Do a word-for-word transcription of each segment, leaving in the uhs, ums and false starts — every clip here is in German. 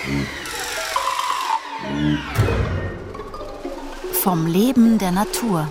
Vom Leben der Natur.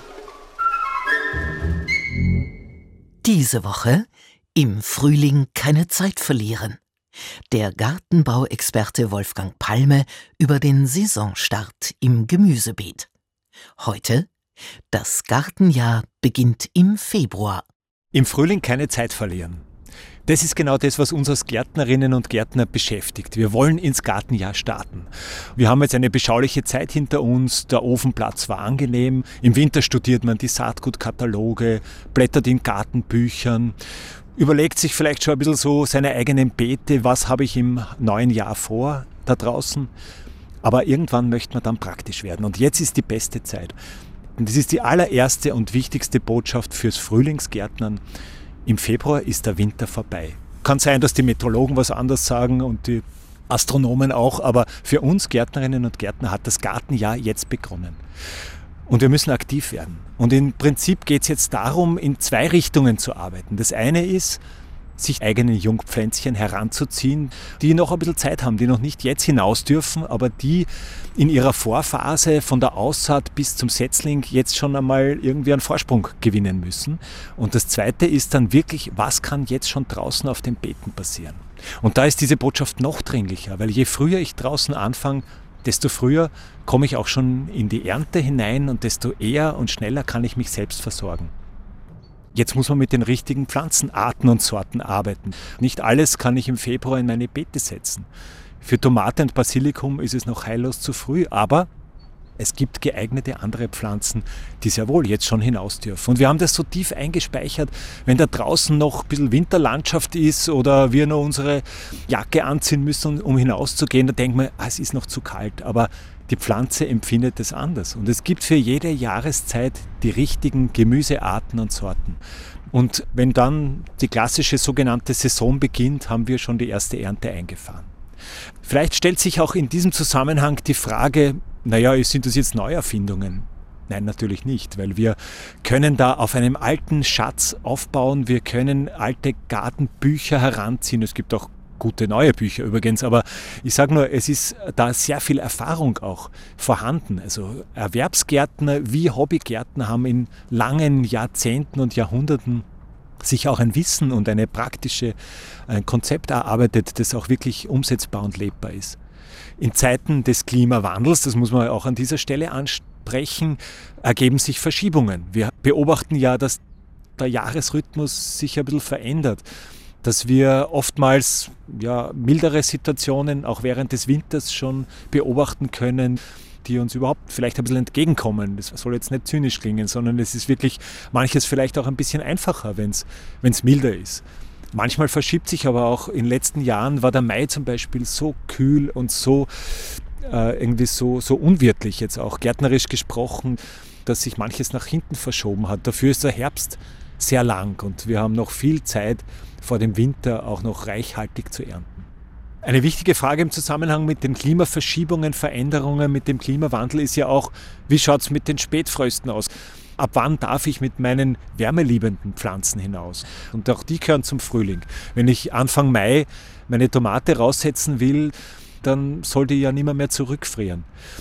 Diese Woche im Frühling keine Zeit verlieren. Der Gartenbauexperte Wolfgang Palme über den Saisonstart im Gemüsebeet. Heute: Das Gartenjahr beginnt im Februar. Im Frühling keine Zeit verlieren. Das ist genau das, was uns als Gärtnerinnen und Gärtner beschäftigt. Wir wollen ins Gartenjahr starten. Wir haben jetzt eine beschauliche Zeit hinter uns. Der Ofenplatz war angenehm. Im Winter studiert man die Saatgutkataloge, blättert in Gartenbüchern, überlegt sich vielleicht schon ein bisschen so seine eigenen Beete. Was habe ich im neuen Jahr vor da draußen? Aber irgendwann möchte man dann praktisch werden. Und jetzt ist die beste Zeit. Und das ist die allererste und wichtigste Botschaft fürs Frühlingsgärtnern. Im Februar ist der Winter vorbei. Kann sein, dass die Meteorologen was anderes sagen und die Astronomen auch, aber für uns Gärtnerinnen und Gärtner hat das Gartenjahr jetzt begonnen. Und wir müssen aktiv werden. Und im Prinzip geht es jetzt darum, in zwei Richtungen zu arbeiten. Das eine ist, sich eigene Jungpflänzchen heranzuziehen, die noch ein bisschen Zeit haben, die noch nicht jetzt hinaus dürfen, aber die in ihrer Vorphase von der Aussaat bis zum Setzling jetzt schon einmal irgendwie einen Vorsprung gewinnen müssen. Und das Zweite ist dann wirklich, was kann jetzt schon draußen auf den Beeten passieren? Und da ist diese Botschaft noch dringlicher, weil je früher ich draußen anfange, desto früher komme ich auch schon in die Ernte hinein und desto eher und schneller kann ich mich selbst versorgen. Jetzt muss man mit den richtigen Pflanzenarten und Sorten arbeiten. Nicht alles kann ich im Februar in meine Beete setzen. Für Tomate und Basilikum ist es noch heillos zu früh, aber es gibt geeignete andere Pflanzen, die sehr wohl jetzt schon hinaus dürfen. Und wir haben das so tief eingespeichert, wenn da draußen noch ein bisschen Winterlandschaft ist oder wir noch unsere Jacke anziehen müssen, um hinauszugehen, da denkt man, ah, es ist noch zu kalt. Aber die Pflanze empfindet es anders. Und es gibt für jede Jahreszeit die richtigen Gemüsearten und Sorten. Und wenn dann die klassische sogenannte Saison beginnt, haben wir schon die erste Ernte eingefahren. Vielleicht stellt sich auch in diesem Zusammenhang die Frage, naja, sind das jetzt Neuerfindungen? Nein, natürlich nicht, weil wir können da auf einem alten Schatz aufbauen, wir können alte Gartenbücher heranziehen, es gibt auch gute neue Bücher übrigens, aber ich sage nur, es ist da sehr viel Erfahrung auch vorhanden. Also Erwerbsgärtner wie Hobbygärtner haben in langen Jahrzehnten und Jahrhunderten sich auch ein Wissen und eine praktische ein Konzept erarbeitet, das auch wirklich umsetzbar und lebbar ist. In Zeiten des Klimawandels, das muss man auch an dieser Stelle ansprechen, ergeben sich Verschiebungen. Wir beobachten ja, dass der Jahresrhythmus sich ein bisschen verändert, dass wir oftmals ja, mildere Situationen auch während des Winters schon beobachten können, die uns überhaupt vielleicht ein bisschen entgegenkommen. Das soll jetzt nicht zynisch klingen, sondern es ist wirklich manches vielleicht auch ein bisschen einfacher, wenn es milder ist. Manchmal verschiebt sich aber auch, in den letzten Jahren war der Mai zum Beispiel so kühl und so äh, irgendwie so, so unwirtlich jetzt auch gärtnerisch gesprochen, dass sich manches nach hinten verschoben hat. Dafür ist der Herbst sehr lang und wir haben noch viel Zeit vor dem Winter auch noch reichhaltig zu ernten. Eine wichtige Frage im Zusammenhang mit den Klimaverschiebungen, Veränderungen, mit dem Klimawandel ist ja auch, wie schaut es mit den Spätfrösten aus? Ab wann darf ich mit meinen wärmeliebenden Pflanzen hinaus? Und auch die gehören zum Frühling. Wenn ich Anfang Mai meine Tomate raussetzen will, dann soll die ja nicht mehr, mehr zurückfrieren.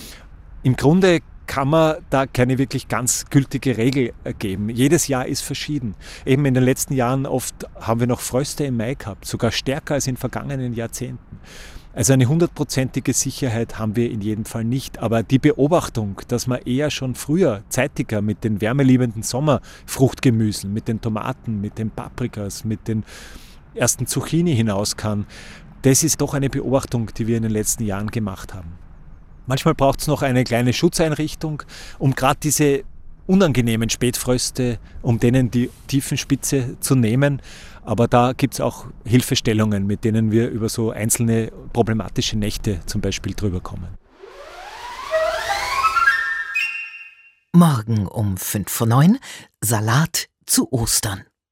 Im Grunde kann man da keine wirklich ganz gültige Regel geben. Jedes Jahr ist verschieden. Eben in den letzten Jahren oft haben wir noch Fröste im Mai gehabt, sogar stärker als in vergangenen Jahrzehnten. Also eine hundertprozentige Sicherheit haben wir in jedem Fall nicht. Aber die Beobachtung, dass man eher schon früher, zeitiger mit den wärmeliebenden Sommerfruchtgemüsen, mit den Tomaten, mit den Paprikas, mit den ersten Zucchini hinaus kann, das ist doch eine Beobachtung, die wir in den letzten Jahren gemacht haben. Manchmal braucht es noch eine kleine Schutzeinrichtung, um gerade diese unangenehmen Spätfröste, um denen die Tiefenspitze zu nehmen. Aber da gibt es auch Hilfestellungen, mit denen wir über so einzelne problematische Nächte zum Beispiel drüber kommen. Morgen um fünf vor neun Salat zu Ostern.